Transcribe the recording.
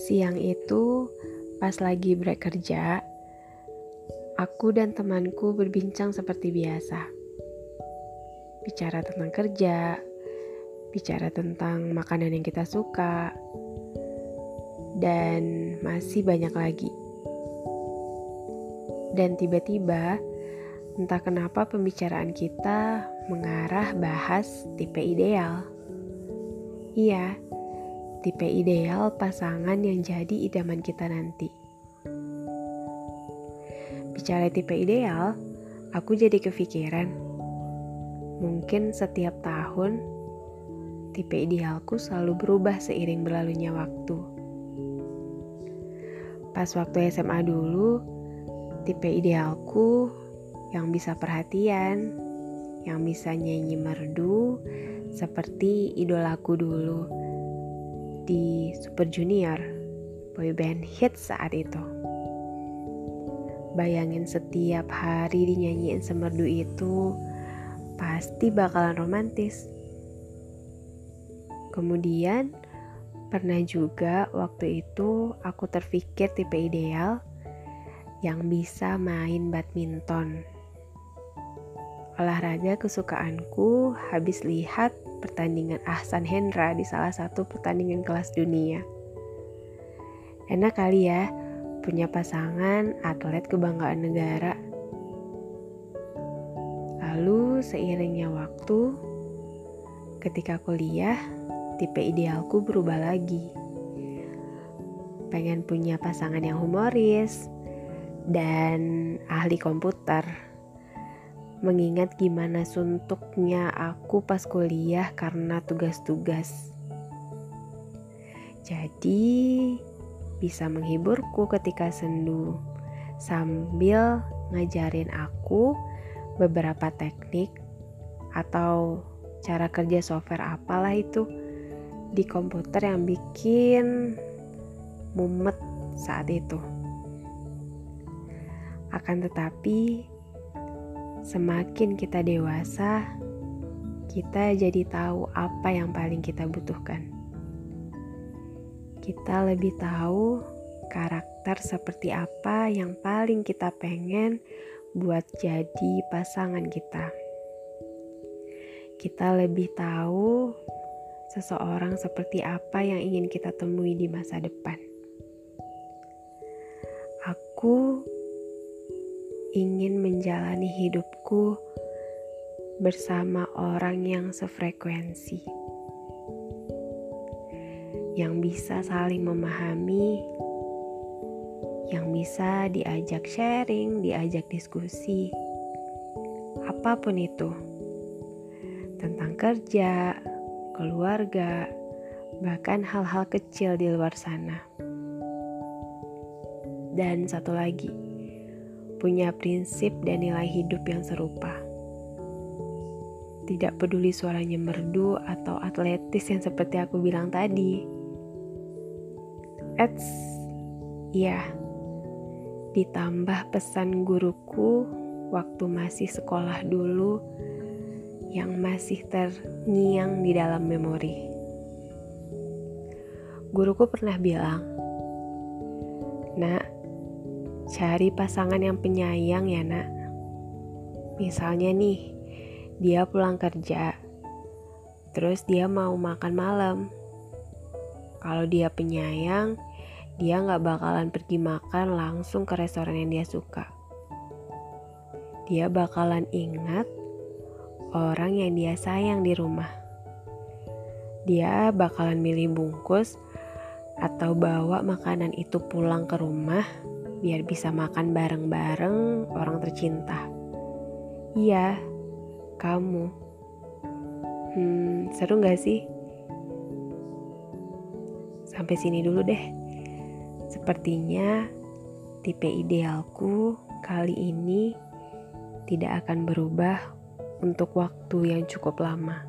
Siang itu, pas lagi break kerja, aku dan temanku berbincang seperti biasa. Bicara tentang kerja, bicara tentang makanan yang kita suka, dan masih banyak lagi. Dan tiba-tiba, entah kenapa pembicaraan kita mengarah bahas tipe ideal. Iya, tipe ideal pasangan yang jadi idaman kita nanti. Bicara tipe ideal, aku jadi kepikiran, mungkin setiap tahun tipe idealku selalu berubah seiring berlalunya waktu. Pas waktu SMA dulu, tipe idealku yang bisa perhatian, yang bisa nyanyi merdu seperti idolaku dulu di Super Junior, boyband hits saat itu. Bayangin setiap hari dinyanyiin semerdu itu, pasti bakalan romantis. Kemudian, pernah juga waktu itu aku terpikir tipe ideal yang bisa main badminton. Olahraga kesukaanku habis lihat pertandingan Ahsan Hendra di salah satu pertandingan kelas dunia. Enak kali ya punya pasangan atlet kebanggaan negara. Lalu seiringnya waktu, ketika kuliah, tipe idealku berubah lagi. Pengen punya pasangan yang humoris dan ahli komputer. Mengingat gimana suntuknya aku pas kuliah karena tugas-tugas. Jadi bisa menghiburku ketika sendu sambil ngajarin aku beberapa teknik atau cara kerja software apalah itu di komputer yang bikin mumet saat itu. Akan tetapi semakin kita dewasa, kita jadi tahu apa yang paling kita butuhkan. Kita lebih tahu karakter seperti apa yang paling kita pengen buat jadi pasangan kita. Kita lebih tahu seseorang seperti apa yang ingin kita temui di masa depan. Aku ingin menjalani hidupku bersama orang yang sefrekuensi, yang bisa saling memahami, yang bisa diajak sharing, diajak diskusi, apapun itu, tentang kerja, keluarga, bahkan hal-hal kecil di luar sana. Dan satu lagi, punya prinsip dan nilai hidup yang serupa. Tidak peduli suaranya merdu atau atletis yang seperti aku bilang tadi. Ya, ditambah pesan guruku waktu masih sekolah dulu yang masih terngiang di dalam memori. Guruku pernah bilang, "Nak, cari pasangan yang penyayang ya nak. Misalnya nih, dia pulang kerja, terus dia mau makan malam. Kalau dia penyayang, dia gak bakalan pergi makan langsung ke restoran yang dia suka. Dia bakalan ingat orang yang dia sayang di rumah. Dia bakalan milih bungkus atau bawa makanan itu pulang ke rumah biar bisa makan bareng-bareng orang tercinta. Iya, kamu. Seru gak sih? Sampai sini dulu deh. Sepertinya tipe idealku kali ini tidak akan berubah untuk waktu yang cukup lama.